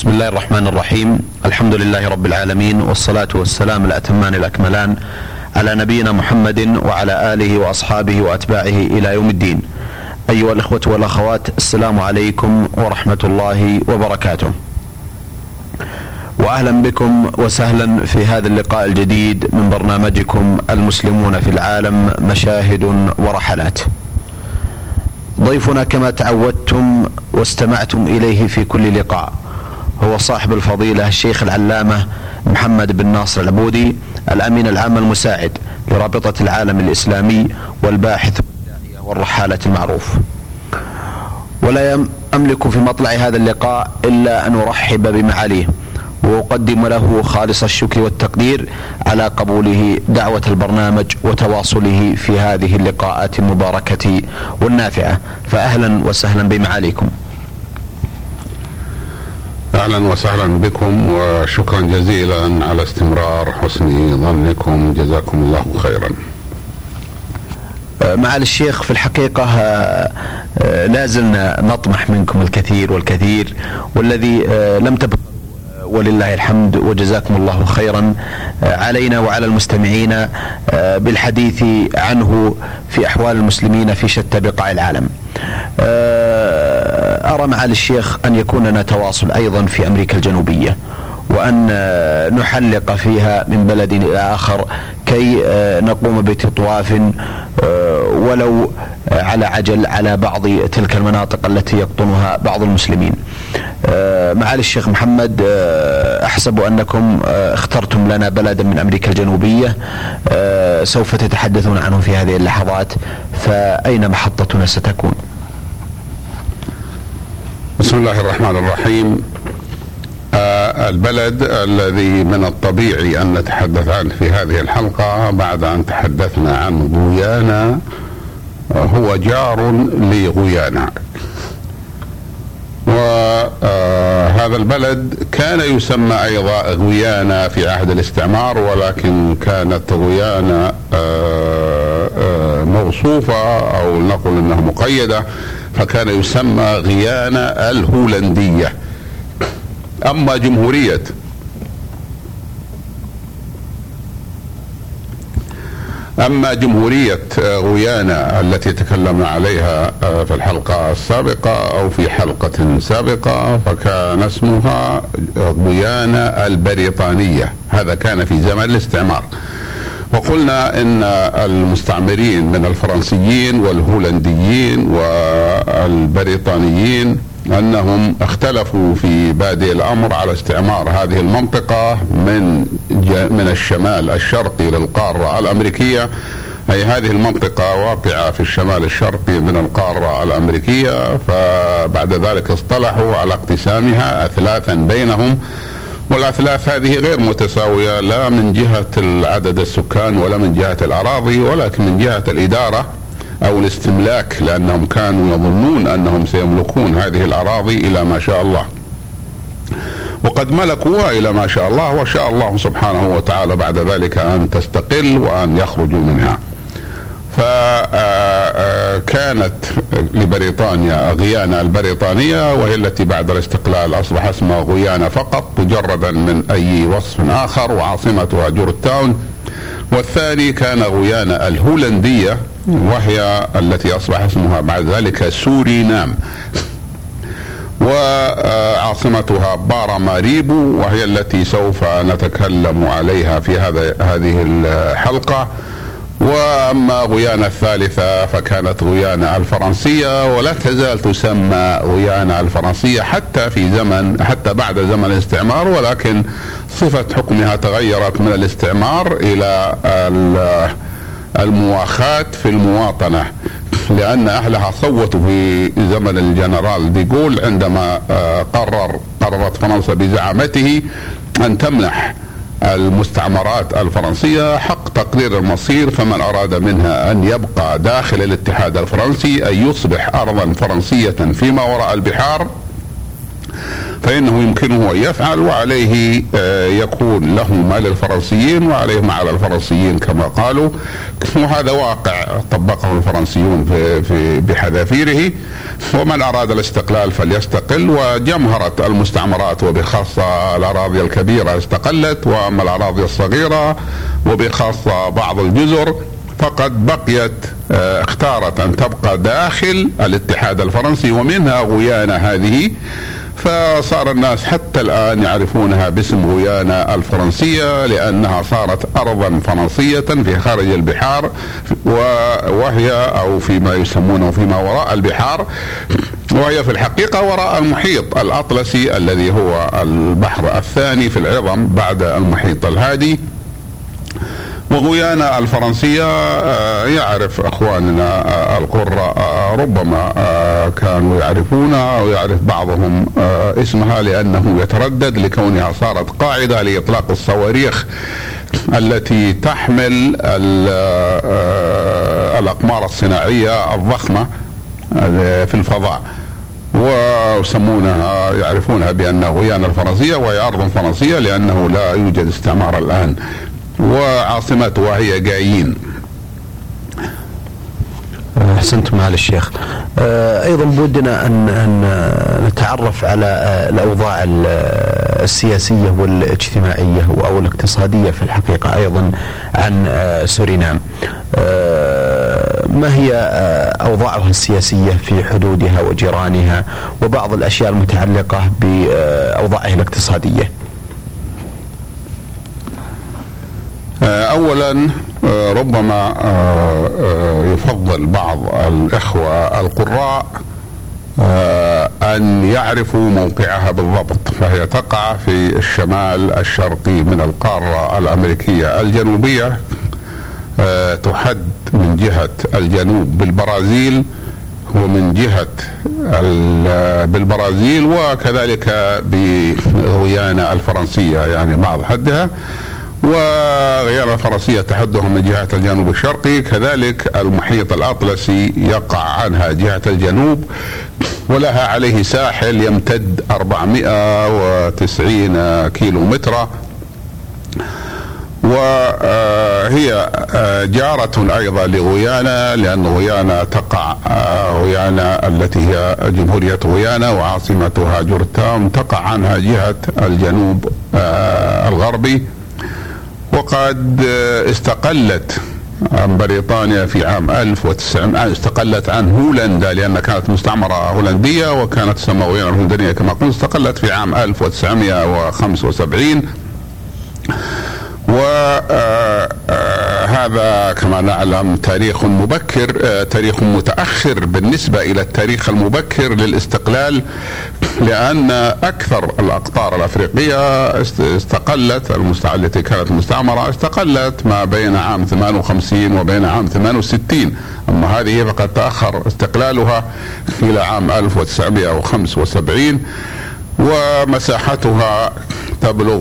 بسم الله الرحمن الرحيم. الحمد لله رب العالمين، والصلاة والسلام الأتمان الأكملان على نبينا محمد وعلى آله وأصحابه وأتباعه إلى يوم الدين. أيها الإخوة والأخوات، السلام عليكم ورحمة الله وبركاته، وأهلا بكم وسهلا في هذا اللقاء الجديد من برنامجكم المسلمون في العالم مشاهد ورحلات. ضيفنا كما تعودتم واستمعتم إليه في كل لقاء هو صاحب الفضيلة الشيخ العلامة محمد بن ناصر العبودي، الأمين العام المساعد لرابطة العالم الإسلامي والباحث والرحالة المعروف. ولا أملك في مطلع هذا اللقاء إلا أن أرحب بمعاليه وأقدم له خالص الشكر والتقدير على قبوله دعوة البرنامج وتواصله في هذه اللقاءات المباركة والنافعة، فأهلا وسهلا بمعاليكم. أهلا وسهلا بكم، وشكرا جزيلا على استمرار حسن ظنكم، جزاكم الله خيرا. معالي الشيخ، في الحقيقة لازلنا نطمح منكم الكثير والكثير، والذي لم تبقى ولله الحمد وجزاكم الله خيرا علينا وعلى المستمعين بالحديث عنه في أحوال المسلمين في شتى بقاع العالم. أرى معالي الشيخ أن يكون لنا تواصل أيضا في أمريكا الجنوبية، وأن نحلق فيها من بلد إلى آخر كي نقوم بتطواف ولو على عجل على بعض تلك المناطق التي يقطنها بعض المسلمين. معالي الشيخ محمد، أحسب أنكم اخترتم لنا بلدا من أمريكا الجنوبية سوف تتحدثون عنه في هذه اللحظات، فأين محطتنا ستكون؟ بسم الله الرحمن الرحيم. البلد الذي من الطبيعي أن نتحدث عنه في هذه الحلقة بعد أن تحدثنا عن غويانا هو جار لغويانا، وهذا البلد كان يسمى أيضا غويانا في عهد الاستعمار، ولكن كانت غويانا موصوفة أو نقول أنها مقيدة، فكان يسمى غيانا الهولندية. أما جمهورية غويانا التي تكلمنا عليها في الحلقة السابقة أو في حلقة سابقة، فكان اسمها غويانا البريطانية. هذا كان في زمن الاستعمار، وقلنا إن المستعمرين من الفرنسيين والهولنديين والبريطانيين أنهم اختلفوا في بادئ الأمر على استعمار هذه المنطقة من الشمال الشرقي للقارة الأمريكية، أي هذه المنطقة واقعة في الشمال الشرقي من القارة الأمريكية. فبعد ذلك اصطلحوا على اقتسامها أثلاثا بينهم، والأثلاث هذه غير متساوية لا من جهة عدد السكان ولا من جهة الأراضي، ولكن من جهة الإدارة أو الاستملاك، لأنهم كانوا يظنون أنهم سيملكون هذه الأراضي إلى ما شاء الله، وقد ملكوها إلى ما شاء الله، وشاء الله سبحانه وتعالى بعد ذلك أن تستقل وأن يخرجوا منها. فكانت لبريطانيا غيانا البريطانية، وهي التي بعد الاستقلال أصبح اسمها غويانا فقط مجردا من أي وصف آخر، وعاصمتها جورج تاون. والثاني كان غويانا الهولندية، وهي التي أصبح اسمها بعد ذلك سورينام، وعاصمتها باراماريبو، وهي التي سوف نتكلم عليها في هذه الحلقة. وأما غويانا الثالثة فكانت غويانا الفرنسية، ولا تزال تسمى غويانا الفرنسية حتى بعد زمن الاستعمار، ولكن صفة حكمها تغيرت من الاستعمار إلى المواخاة في المواطنة، لأن أهلها صوتوا في زمن الجنرال ديغول عندما قررت فرنسا بزعامته أن تمنح المستعمرات الفرنسية حق تقرير المصير، فمن أراد منها أن يبقى داخل الاتحاد الفرنسي أن يصبح أرضا فرنسية فيما وراء البحار، فإنه يمكنه أن يفعل، وعليه يكون له ما للفرنسيين وعليه ما على الفرنسيين كما قالوا. وهذا واقع طبقه الفرنسيون بحذافيره. ومن أراد الاستقلال فليستقل، وجمهرت المستعمرات وبخاصة الأراضي الكبيرة استقلت، وأما الأراضي الصغيرة وبخاصة بعض الجزر فقد بقيت اختارت أن تبقى داخل الاتحاد الفرنسي، ومنها غويانا هذه. فصار الناس حتى الآن يعرفونها باسم غويانا الفرنسية، لأنها صارت أرضا فرنسية في خارج البحار، وهي أو فيما يسمونه فيما وراء البحار، وهي في الحقيقة وراء المحيط الأطلسي الذي هو البحر الثاني في العظم بعد المحيط الهادي. وغويانا الفرنسية يعرف أخواننا القراء ربما كانوا يعرفونها، أو يعرف بعضهم اسمها لأنه يتردد لكونها صارت قاعدة لإطلاق الصواريخ التي تحمل الأقمار الصناعية الضخمة في الفضاء، ويسمونها يعرفونها بأنها غويانا الفرنسية، وهي أرض فرنسية لأنه لا يوجد استعمار الآن، وعاصمتها هي جايين. أحسنتم معالي الشيخ. أيضا بودنا أن نتعرف على الأوضاع السياسية والاجتماعية أو الاقتصادية في الحقيقة أيضا عن سورينام. ما هي أوضاعها السياسية في حدودها وجيرانها، وبعض الأشياء المتعلقة بأوضاعها الاقتصادية؟ أولا ربما يفضل بعض الإخوة القراء أن يعرفوا موقعها بالضبط، فهي تقع في الشمال الشرقي من القارة الأمريكية الجنوبية، تحد من جهة الجنوب بالبرازيل، ومن جهة بالبرازيل وكذلك بغويانا الفرنسية يعني بعض حدها، وغيانا الفرنسية تحدهم من جهة الجنوب الشرقي. كذلك المحيط الأطلسي يقع عنها جهة الجنوب، ولها عليه ساحل يمتد 490 كيلو مترا، وهي جارة أيضا لغويانا، لأن غويانا تقع غويانا التي هي جمهورية غويانا وعاصمتها جورتاون تقع عنها جهة الجنوب الغربي. وقد استقلت عن بريطانيا في عام 1900، استقلت عن هولندا لأنها كانت مستعمرة هولندية وكانت تسمى غويانا الهولندية كما قلت، استقلت في عام 1975. وهذا كما نعلم تاريخ مبكر، تاريخ متأخر بالنسبة إلى التاريخ المبكر للاستقلال، لأن أكثر الأقطار الأفريقية استقلت، التي كانت مستعمرة استقلت ما بين عام 58 وبين عام 68، أما هذه فقد تأخر استقلالها إلى عام 1975، ومساحتها تبلغ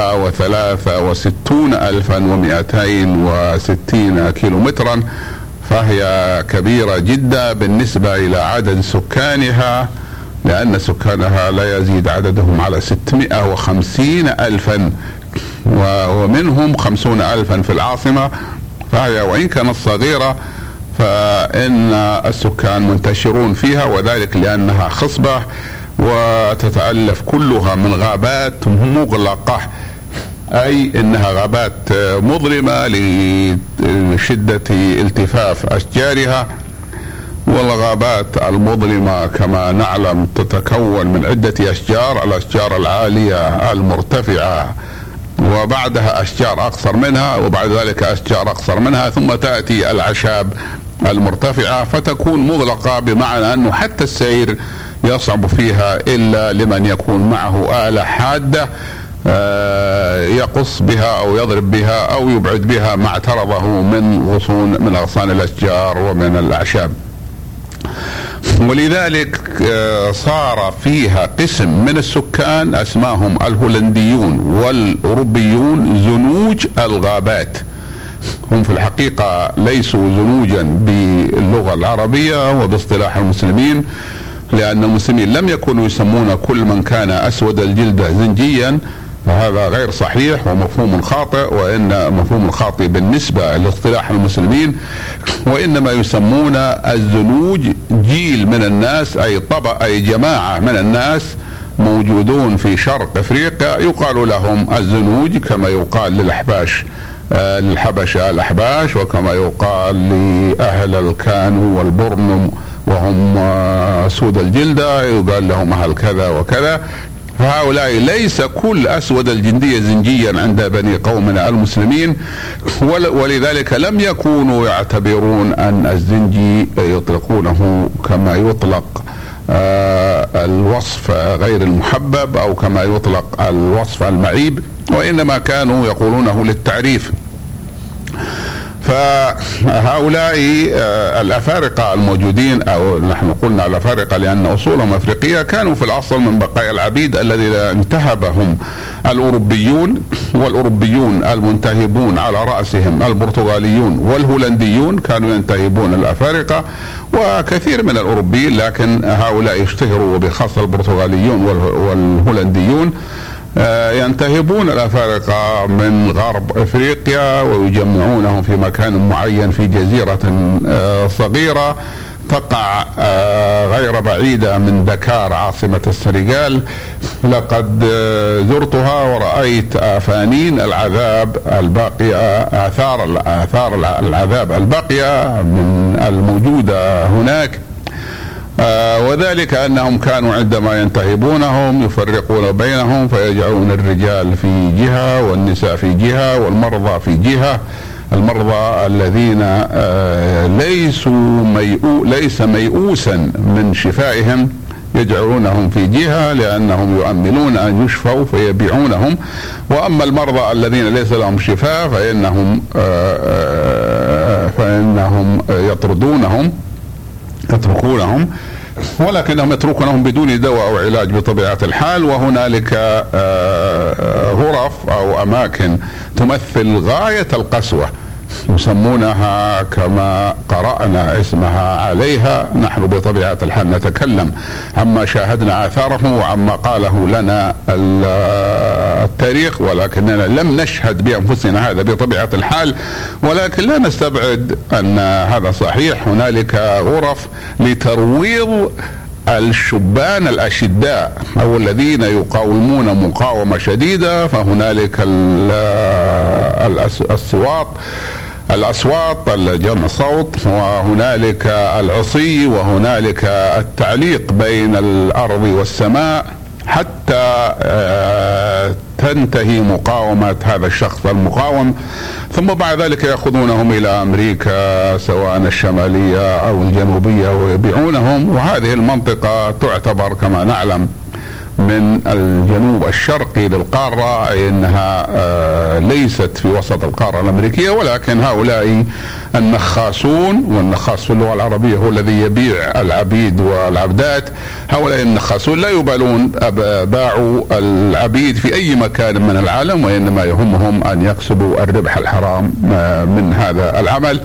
163,260 كيلو مترا، فهي كبيرة جدا بالنسبة إلى عدد سكانها، لأن سكانها لا يزيد عددهم على 650,000 ومنهم 50,000 في العاصمة، فهي وإن كانت صغيرة فإن السكان منتشرون فيها، وذلك لأنها خصبة وتتألف كلها من غابات مغلقة، أي إنها غابات مظلمة لشدة التفاف أشجارها. والغابات المظلمة كما نعلم تتكون من عدة أشجار، الأشجار العالية المرتفعة وبعدها أشجار أقصر منها، وبعد ذلك أشجار أقصر منها، ثم تأتي الأعشاب المرتفعة، فتكون مغلقة بمعنى أنه حتى السير يصعب فيها إلا لمن يكون معه آلة حادة يقص بها أو يضرب بها أو يبعد بها ما اعترضه من أغصان الأشجار ومن الأعشاب. ولذلك صار فيها قسم من السكان اسماهم الهولنديون والأوروبيون زنوج الغابات، هم في الحقيقة ليسوا زنوجا باللغة العربية وباصطلاح المسلمين، لأن المسلمين لم يكونوا يسمون كل من كان أسود الجلد زنجيا، فهذا غير صحيح ومفهوم خاطئ، وإن مفهوم خاطئ بالنسبة لاصطلاح المسلمين، وإنما يسمون الزنوج جيل من الناس، أي جماعة من الناس موجودون في شرق افريقيا يقال لهم الزنوج، كما يقال للأحباش للحبشة الأحباش، وكما يقال لأهل الكانو والبرنم وهم سود الجلدة يقال لهم أهل كذا وكذا. فهؤلاء ليس كل أسود الجندية زنجيا عند بني قومنا المسلمين، ولذلك لم يكونوا يعتبرون أن الزنجي يطلقونه كما يطلق الوصف غير المحبب أو كما يطلق الوصف المعيب، وإنما كانوا يقولونه للتعريف. فهؤلاء الأفارقة الموجودين، أو نحن قلنا الأفارقة لأن أصولهم أفريقية، كانوا في الأصل من بقايا العبيد الذين انتهبهم الأوروبيون، والأوروبيون المنتهبون على رأسهم البرتغاليون والهولنديون كانوا ينتهبون الأفارقة وكثير من الأوروبيين، لكن هؤلاء اشتهروا وبخاصة البرتغاليون والهولنديون ينتهبون الأفارقة من غرب افريقيا ويجمعونهم في مكان معين في جزيرة صغيرة تقع غير بعيدة من دكار عاصمة السنغال. لقد زرتها ورأيت آفانين العذاب الباقية، آثار العذاب الباقية من الموجودة هناك، وذلك أنهم كانوا عندما ينتهبونهم يفرقون بينهم فيجعلون الرجال في جهة والنساء في جهة والمرضى في جهة. المرضى الذين ليس ميؤوسا من شفائهم يجعلونهم في جهة لأنهم يؤملون أن يشفوا فيبيعونهم، وأما المرضى الذين ليس لهم شفاء فإنهم يتركونهم، ولكنهم يتركونهم بدون دواء أو علاج بطبيعة الحال. وهنالك غرف أو أماكن تمثل غاية القسوة يسمونها كما قرأنا اسمها عليها. نحن بطبيعة الحال نتكلم عما شاهدنا آثاره وعما قاله لنا التاريخ، ولكننا لم نشهد بأنفسنا هذا بطبيعة الحال، ولكن لا نستبعد أن هذا صحيح. هنالك غرف لترويض الشبان الأشداء أو الذين يقاومون مقاومة شديدة، فهنالك الأصوات الجمع صوت، وهنالك العصي، وهنالك التعليق بين الأرض والسماء حتى تنتهي مقاومة هذا الشخص المقاوم، ثم بعد ذلك يأخذونهم إلى أمريكا سواء الشمالية أو الجنوبية ويبيعونهم. وهذه المنطقة تعتبر كما نعلم من الجنوب الشرقي للقارة، أي أنها ليست في وسط القارة الأمريكية، ولكن هؤلاء النخاسون، والنخاس في اللغة العربية هو الذي يبيع العبيد والعبدات، هؤلاء النخاسون لا يبالون باعوا العبيد في أي مكان من العالم، وإنما يهمهم أن يكسبوا الربح الحرام من هذا العمل.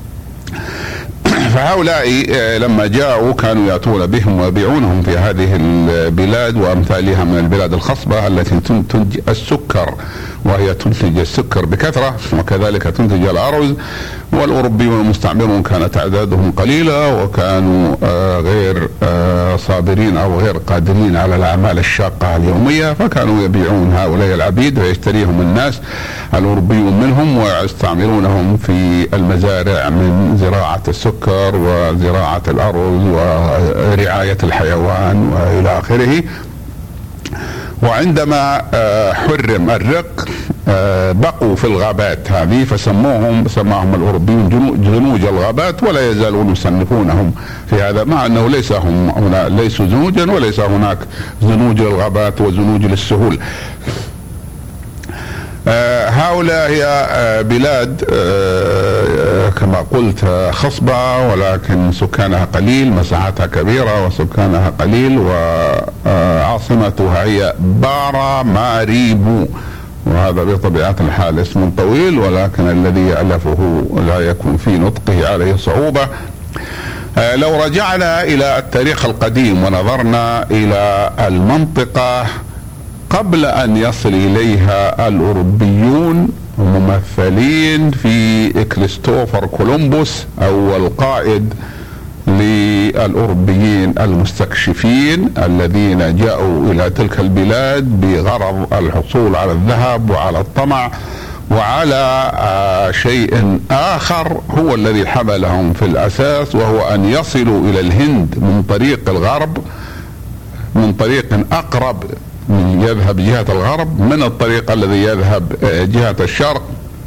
فهؤلاء لما جاءوا كانوا يأتون بهم ويبيعونهم في هذه البلاد وأمثالها من البلاد الخصبة التي تنتج السكر، وهي تنتج السكر بكثرة، وكذلك تنتج الأرز. والأوروبيون المستعمرون كانت أعدادهم قليلة وكانوا غير صابرين أو غير قادرين على الأعمال الشاقة اليومية، فكانوا يبيعون هؤلاء العبيد ويشتريهم الناس الأوروبيون منهم ويستعملونهم في المزارع من زراعة السكر وزراعة الأرز ورعاية الحيوان وإلى آخره. وعندما حرم الرق بقوا في الغابات هذه، فسماهم الأوروبيون زنوج الغابات، ولا يزالون يصنفونهم في هذا، مع أنه ليسوا زنوجا، وليس هناك زنوج للغابات وزنوج للسهول. هؤلاء هي بلاد كما قلت خصبة، ولكن سكانها قليل، مساحتها كبيرة وسكانها قليل، وعاصمتها هي باراماريبو، وهذا بطبيعة الحال اسم طويل ولكن الذي يألفه لا يكون في نطقه عليه صعوبة. لو رجعنا إلى التاريخ القديم ونظرنا إلى المنطقة قبل أن يصل إليها الأوروبيون ممثلين في كريستوفر كولومبوس أول قائد للأوروبيين المستكشفين الذين جاءوا إلى تلك البلاد بغرض الحصول على الذهب وعلى الطمع وعلى شيء آخر هو الذي حملهم في الأساس، وهو أن يصلوا إلى الهند من طريق الغرب، من طريق أقرب يذهب جهة الغرب من الطريق الذي يذهب جهة الشرق.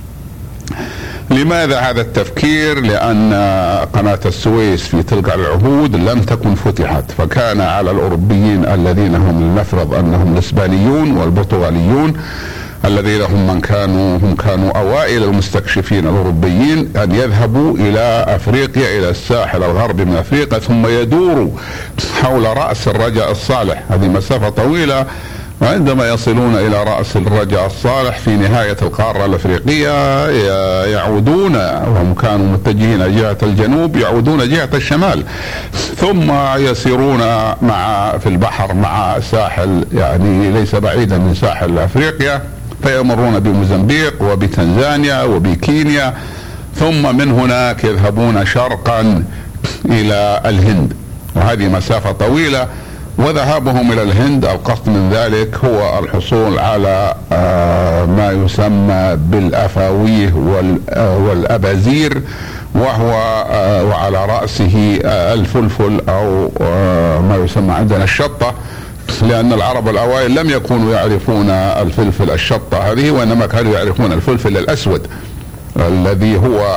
لماذا هذا التفكير؟ لأن قناة السويس في تلك العهود لم تكن فتحت، فكان على الأوروبيين الذين هم لنفرض أنهم الإسبانيون والبرتغاليون الذين هم كانوا أوائل المستكشفين الأوروبيين أن يذهبوا إلى أفريقيا، إلى الساحل الغربي من أفريقيا، ثم يدوروا حول رأس الرجاء الصالح، هذه مسافة طويلة، وعندما يصلون إلى رأس الرجاء الصالح في نهاية القارة الأفريقية يعودون، وهم كانوا متجهين جهة الجنوب، يعودون جهة الشمال، ثم يسيرون في البحر مع ساحل يعني ليس بعيدا من ساحل أفريقيا، فيمرون بموزمبيق وبتنزانيا وبكينيا، ثم من هناك يذهبون شرقا إلى الهند، وهذه مسافة طويلة. وذهابهم إلى الهند القصد من ذلك هو الحصول على ما يسمى بالأفاويه والأبازير، وعلى رأسه الفلفل أو ما يسمى عندنا الشطة، لأن العرب الأوائل لم يكونوا يعرفون الفلفل الشطة هذه، وإنما كانوا يعرفون الفلفل الأسود الذي هو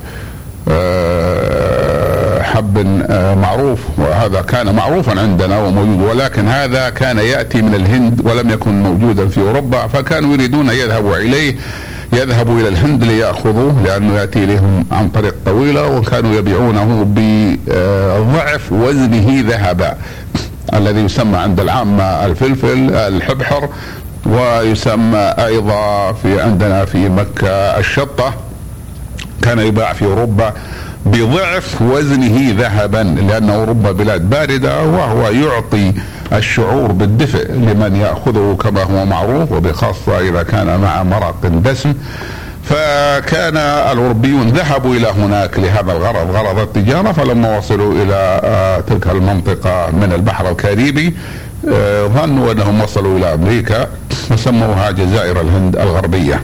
حب معروف، وهذا كان معروفا عندنا وموجود، ولكن هذا كان يأتي من الهند ولم يكن موجودا في أوروبا، فكانوا يريدون يذهبوا إلى الهند ليأخذوه، لأنه يأتي لهم عن طريق طويلة، وكانوا يبيعونه بضعف وزنه ذهبا، الذي يسمى عند العامة الفلفل الحبحر، ويسمى أيضا عندنا في مكة الشطة، كان يباع في أوروبا بضعف وزنه ذهبا، لأن أوروبا بلاد باردة، وهو يعطي الشعور بالدفء لمن يأخذه كما هو معروف، وبخاصة إذا كان مع مرق دسم. فكان الأوروبيون ذهبوا إلى هناك لهذا الغرض، غرض التجارة، فلما وصلوا إلى تلك المنطقة من البحر الكاريبي ظنوا أنهم وصلوا إلى أمريكا، وسموها جزائر الهند الغربية.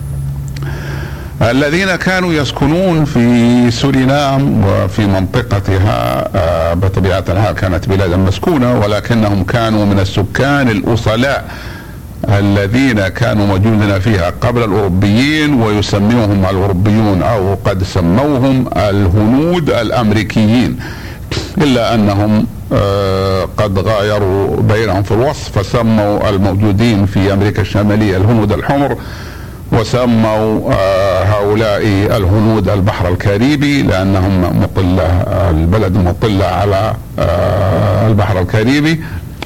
الذين كانوا يسكنون في سورينام وفي منطقتها بطبيعة الحال كانت بلادا مسكونة، ولكنهم كانوا من السكان الأصلاء الذين كانوا موجودين فيها قبل الأوروبيين، ويسميهم الأوروبيون أو قد سموهم الهنود الأمريكيين، إلا أنهم قد غايروا بينهم في الوصف، فسموا الموجودين في أمريكا الشمالية الهنود الحمر، وسموا هؤلاء الهنود البحر الكاريبي، لأنهم البلد مطلة على البحر الكاريبي،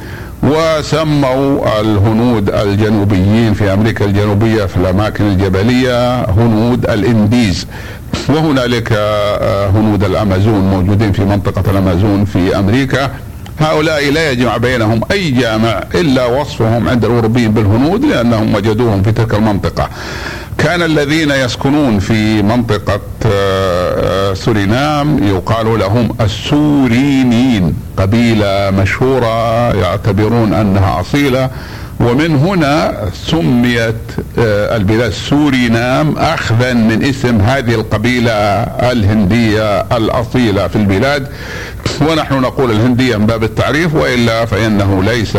وسموا الهنود الجنوبيين في أمريكا الجنوبية في الأماكن الجبلية هنود الإنديز، وهنالك هنود الأمازون موجودين في منطقة الأمازون في أمريكا. هؤلاء لا يجمع بينهم أي جامع إلا وصفهم عند الأوروبيين بالهنود، لأنهم وجدوهم في تلك المنطقة. كان الذين يسكنون في منطقة سورينام يقال لهم السورينيين، قبيلة مشهورة يعتبرون أنها أصيلة، ومن هنا سميت البلاد سورينام أخذا من اسم هذه القبيلة الهندية الأصيلة في البلاد. ونحن نقول الهندية من باب التعريف، وإلا فإنه ليس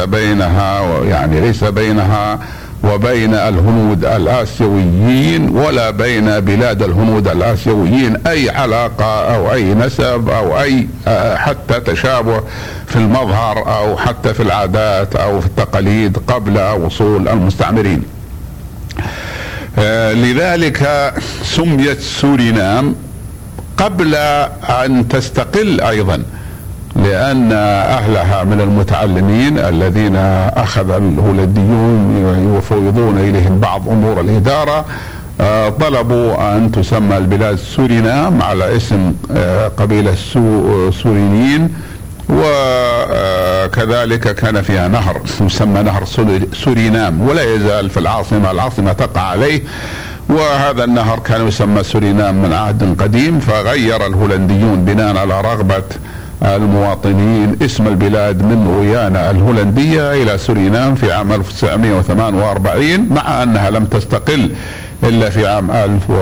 بينها وبين الهنود الآسيويين ولا بين بلاد الهنود الآسيويين أي علاقة أو أي نسب أو أي حتى تشابه في المظهر أو حتى في العادات أو في التقاليد قبل وصول المستعمرين. لذلك سميت سورينام قبل أن تستقل أيضا، لأن أهلها من المتعلمين الذين أخذ الهولنديون يفوضون إليهم بعض أمور الإدارة، طلبوا أن تسمى البلاد سورينام على اسم قبيلة سورينيين، وكذلك كان فيها نهر يسمى نهر سورينام ولا يزال في العاصمة تقع عليه، وهذا النهر كان يسمى سورينام من عهد قديم، فغير الهولنديون بناء على رغبة المواطنين اسم البلاد من غيانا الهولندية إلى سورينام في عام 1948، مع أنها لم تستقل إلا في عام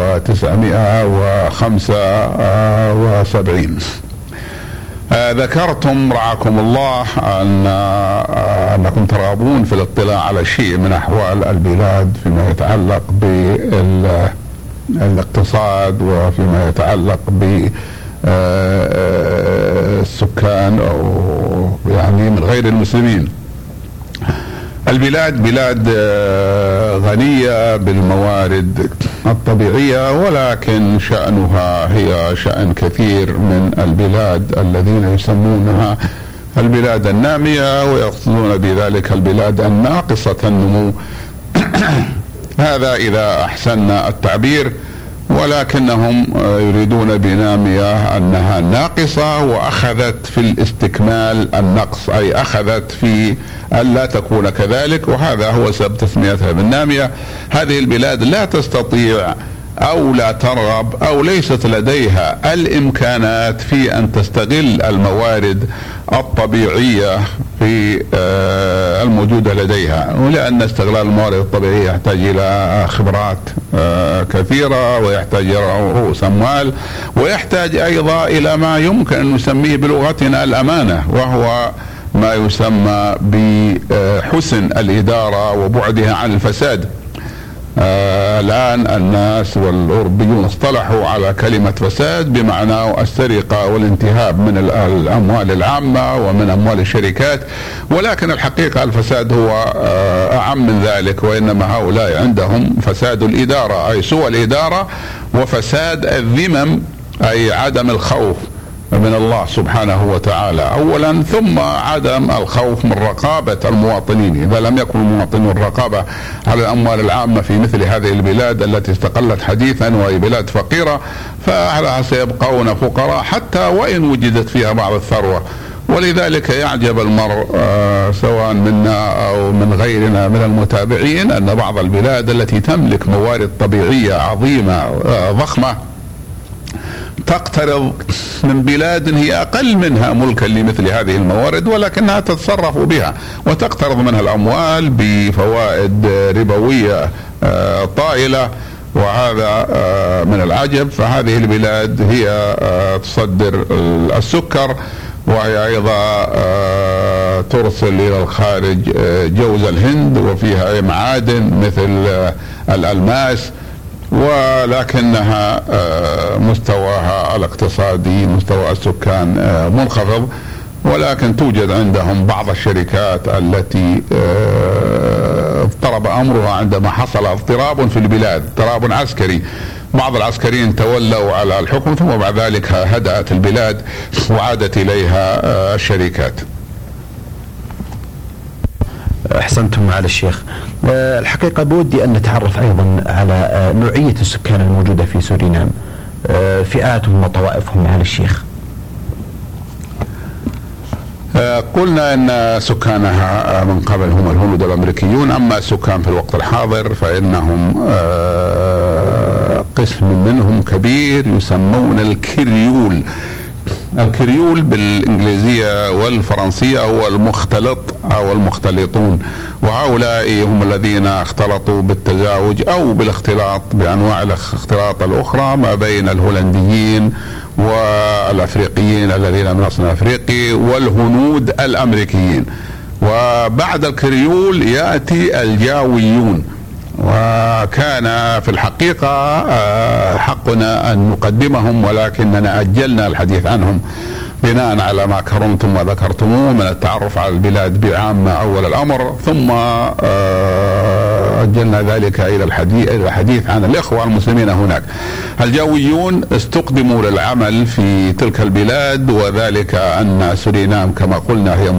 1975. ذكرتم رعاكم الله أنكم ترغبون في الاطلاع على شيء من أحوال البلاد فيما يتعلق بالاقتصاد وفيما يتعلق بالسكان أو يعني من غير المسلمين. البلاد بلاد غنية بالموارد الطبيعية، ولكن شأنها هي شأن كثير من البلاد الذين يسمونها البلاد النامية ويقصدون بذلك البلاد الناقصة النمو. هذا إذا أحسننا التعبير، ولكنهم يريدون بنامية أنها ناقصة وأخذت في الاستكمال النقص، أي أخذت في ألا تكون كذلك، وهذا هو سبب تسميتها بالنامية. هذه البلاد لا تستطيع أو لا ترغب أو ليست لديها الإمكانات في أن تستغل الموارد الطبيعية في الموجودة لديها، ولأن استغلال الموارد الطبيعية يحتاج إلى خبرات كثيرة، ويحتاج إلى رؤوس أموال، ويحتاج أيضا إلى ما يمكن أن نسميه بلغتنا الأمانة، وهو ما يسمى بحسن الإدارة وبعدها عن الفساد. الآن الناس والأوروبيون اصطلحوا على كلمة فساد بمعنى السرقة والانتهاب من الأموال العامة ومن أموال الشركات، ولكن الحقيقة الفساد هو أعم من ذلك، وإنما هؤلاء عندهم فساد الإدارة أي سوء الإدارة، وفساد الذمم أي عدم الخوف من الله سبحانه وتعالى أولا، ثم عدم الخوف من رقابة المواطنين. إذا لم يكن المواطنون الرقابة على الأموال العامة في مثل هذه البلاد التي استقلت حديثا وهي بلاد فقيرة، فعلى سيبقون فقراء حتى وإن وجدت فيها بعض الثروة. ولذلك يعجب المرء سواء منا أو من غيرنا من المتابعين أن بعض البلاد التي تملك موارد طبيعية عظيمة ضخمة تقترض من بلاد هي أقل منها ملكا لمثل هذه الموارد، ولكنها تتصرف بها وتقترض منها الأموال بفوائد ربوية طائلة، وهذا من العجب. فهذه البلاد هي تصدر السكر، وهي أيضا ترسل إلى الخارج جوز الهند وفيها معادن مثل الألماس، ولكنها مستواها الاقتصادي مستوى السكان منخفض. ولكن توجد عندهم بعض الشركات التي اضطرب أمرها عندما حصل اضطراب في البلاد، اضطراب عسكري. بعض العسكريين تولوا على الحكم، ثم بعد ذلك هدأت البلاد وعادت إليها الشركات. أحسنتم معالي الشيخ. الحقيقة بودي أن نتعرف أيضا على نوعية السكان الموجودة في سورينام، فئاتهم وطوائفهم معالي الشيخ. قلنا أن سكانها من قبل هم الهنود الأمريكيون، أما السكان في الوقت الحاضر فإنهم قسم منهم كبير يسمون الكريول. الكريول بالإنجليزية والفرنسية هو المختلط أو المختلطون، وهؤلاء هم الذين اختلطوا بالتزاوج أو بالاختلاط بأنواع الاختلاط الأخرى ما بين الهولنديين والأفريقيين الذين من أصل أفريقي والهنود الأمريكيين. وبعد الكريول يأتي الجاويون، وكان في الحقيقة حقنا أن نقدمهم، ولكننا أجلنا الحديث عنهم بناء على ما كرمتم وذكرتموه من التعرف على البلاد بعامة أول الأمر، ثم أجلنا ذلك إلى الحديث عن الإخوة المسلمين هناك. الجاويون استقدموا للعمل في تلك البلاد، وذلك أن سورينام كما قلنا هي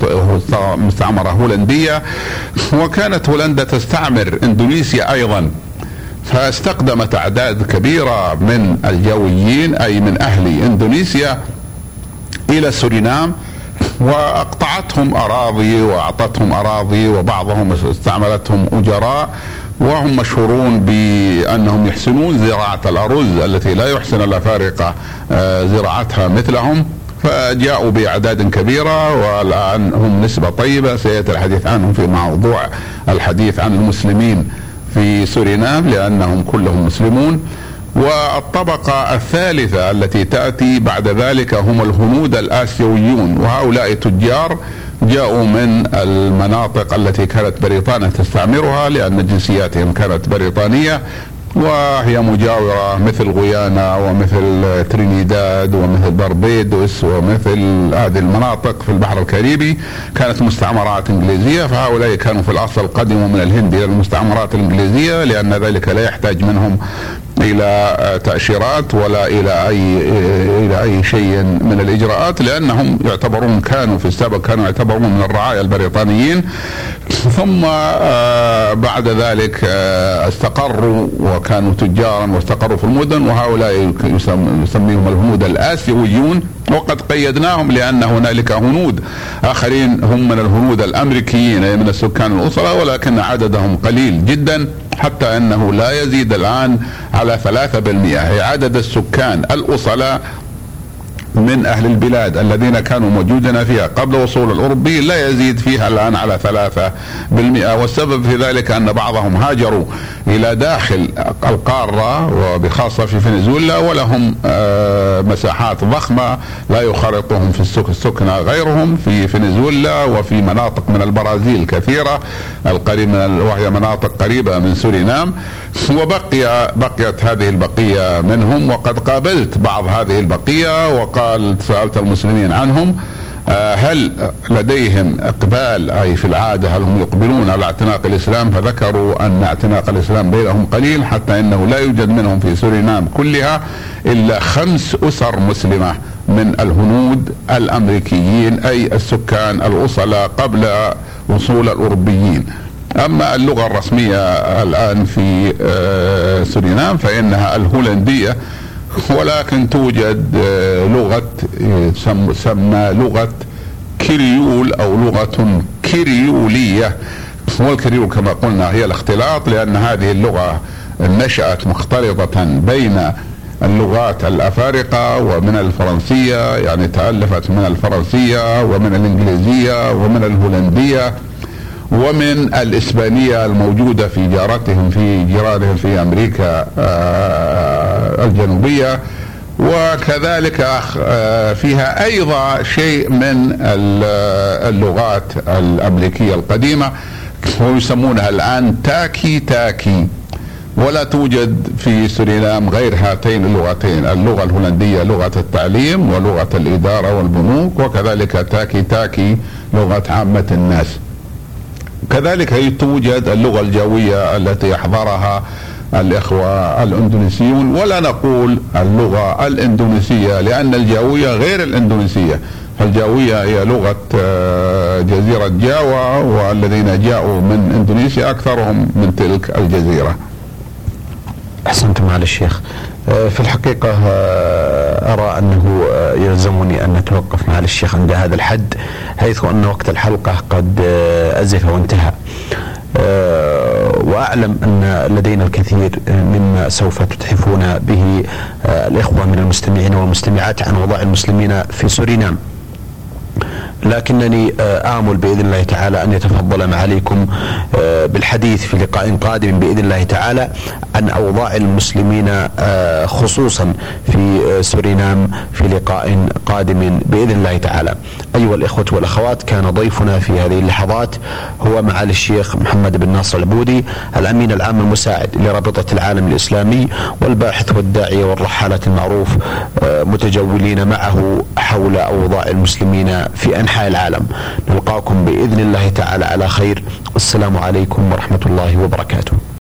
مستعمرة هولندية، وكانت هولندا تستعمر إندونيسيا أيضا. فاستقدمت أعداد كبيرة من الجويين أي من أهل إندونيسيا إلى سورينام، وأقطعتهم أراضي وأعطتهم أراضي، وبعضهم استعملتهم أجراء، وهم مشهورون بأنهم يحسنون زراعة الأرز التي لا يحسن الأفارقة زراعتها مثلهم، فجاءوا بأعداد كبيرة، والآن هم نسبة طيبة سيأتي الحديث عنهم في موضوع الحديث عن المسلمين في سورينام لأنهم كلهم مسلمون. والطبقة الثالثة التي تأتي بعد ذلك هم الهنود الآسيويون، وهؤلاء تجار جاءوا من المناطق التي كانت بريطانيا تستعمرها لأن جنسياتهم كانت بريطانية، وهي مجاورة مثل غيانا ومثل ترينيداد ومثل باربيدوس ومثل هذه المناطق في البحر الكاريبي كانت مستعمرات إنجليزية. فهؤلاء كانوا في الأصل قدموا من الهند إلى المستعمرات الإنجليزية لأن ذلك لا يحتاج منهم إلى تأشيرات ولا إلى أي شيء من الإجراءات، لأنهم يعتبرون كانوا في السابق كانوا يعتبرون من الرعايا البريطانيين. ثم بعد ذلك استقروا وكانوا تجارا واستقروا في المدن، وهؤلاء يسميهم الهنود الآسيويون. وقد قيدناهم لأن هنالك هنود آخرين هم من الهنود الأمريكيين أي من السكان الأصلاء، ولكن عددهم قليل جدا حتى أنه لا يزيد الآن على 3%. هي عدد السكان الأصلاء من أهل البلاد الذين كانوا موجودين فيها قبل وصول الأوروبي لا يزيد فيها الآن على 3%. والسبب في ذلك أن بعضهم هاجروا إلى داخل القارة وبخاصة في فنزويلا، ولهم مساحات ضخمة لا يخالطهم في السكنى غيرهم في فنزويلا وفي مناطق من البرازيل كثيرة وهي مناطق قريبة من سورينام. وبقيت هذه البقية منهم، وقد قابلت بعض هذه البقية سألت المسلمين عنهم هل لديهم إقبال أي في العادة هل هم يقبلون على اعتناق الإسلام، فذكروا أن اعتناق الإسلام بينهم قليل حتى أنه لا يوجد منهم في سورينام كلها إلا 5 أسر مسلمة من الهنود الأمريكيين أي السكان الأصلاء قبل وصول الأوروبيين. أما اللغة الرسمية الآن في سورينام فإنها الهولندية، ولكن توجد لغة تسمى لغة كريول أو لغة كريولية. والكريول كما قلنا هي الاختلاط، لأن هذه اللغة نشأت مختلطة بين اللغات الأفارقة ومن الفرنسية، يعني تألفت من الفرنسية ومن الإنجليزية ومن الهولندية ومن الإسبانية الموجودة في جارتهم في جيرانهم في أمريكا الجنوبية، وكذلك فيها أيضا شيء من اللغات الأمريكية القديمة ويسمونها الآن تاكي. ولا توجد في سورينام غير هاتين اللغتين، اللغة الهولندية لغة التعليم ولغة الإدارة والبنوك، وكذلك تاكي لغة عامة الناس. كذلك توجد اللغة الجوية التي يحضرها الإخوة الإندونيسيون، ولا نقول اللغة الإندونيسية لأن الجاوية غير الإندونيسية. الجاوية هي لغة جزيرة جاوا، والذين جاءوا من إندونيسيا أكثرهم من تلك الجزيرة. أحسنتم معالي الشيخ. في الحقيقة أرى أنه يلزمني أن نتوقف معالي الشيخ عند هذا الحد، حيث أن وقت الحلقة قد أزف وانتهى، وأعلم أن لدينا الكثير مما سوف تتحفون به الإخوة من المستمعين والمستمعات عن وضع المسلمين في سورينام، لكنني آمل بإذن الله تعالى أن يتفضل معاليكم بالحديث في لقاء قادم بإذن الله تعالى عن أوضاع المسلمين خصوصا في سورينام في لقاء قادم بإذن الله تعالى. أيها الإخوة والأخوات، كان ضيفنا في هذه اللحظات هو معالي الشيخ محمد بن ناصر العبودي، الأمين العام المساعد لرابطة العالم الإسلامي والباحث والداعية والرحالة المعروف، متجولين معه حول أوضاع المسلمين في أنحاء العالم. نلقاكم بإذن الله تعالى على خير، والسلام عليكم ورحمة الله وبركاته.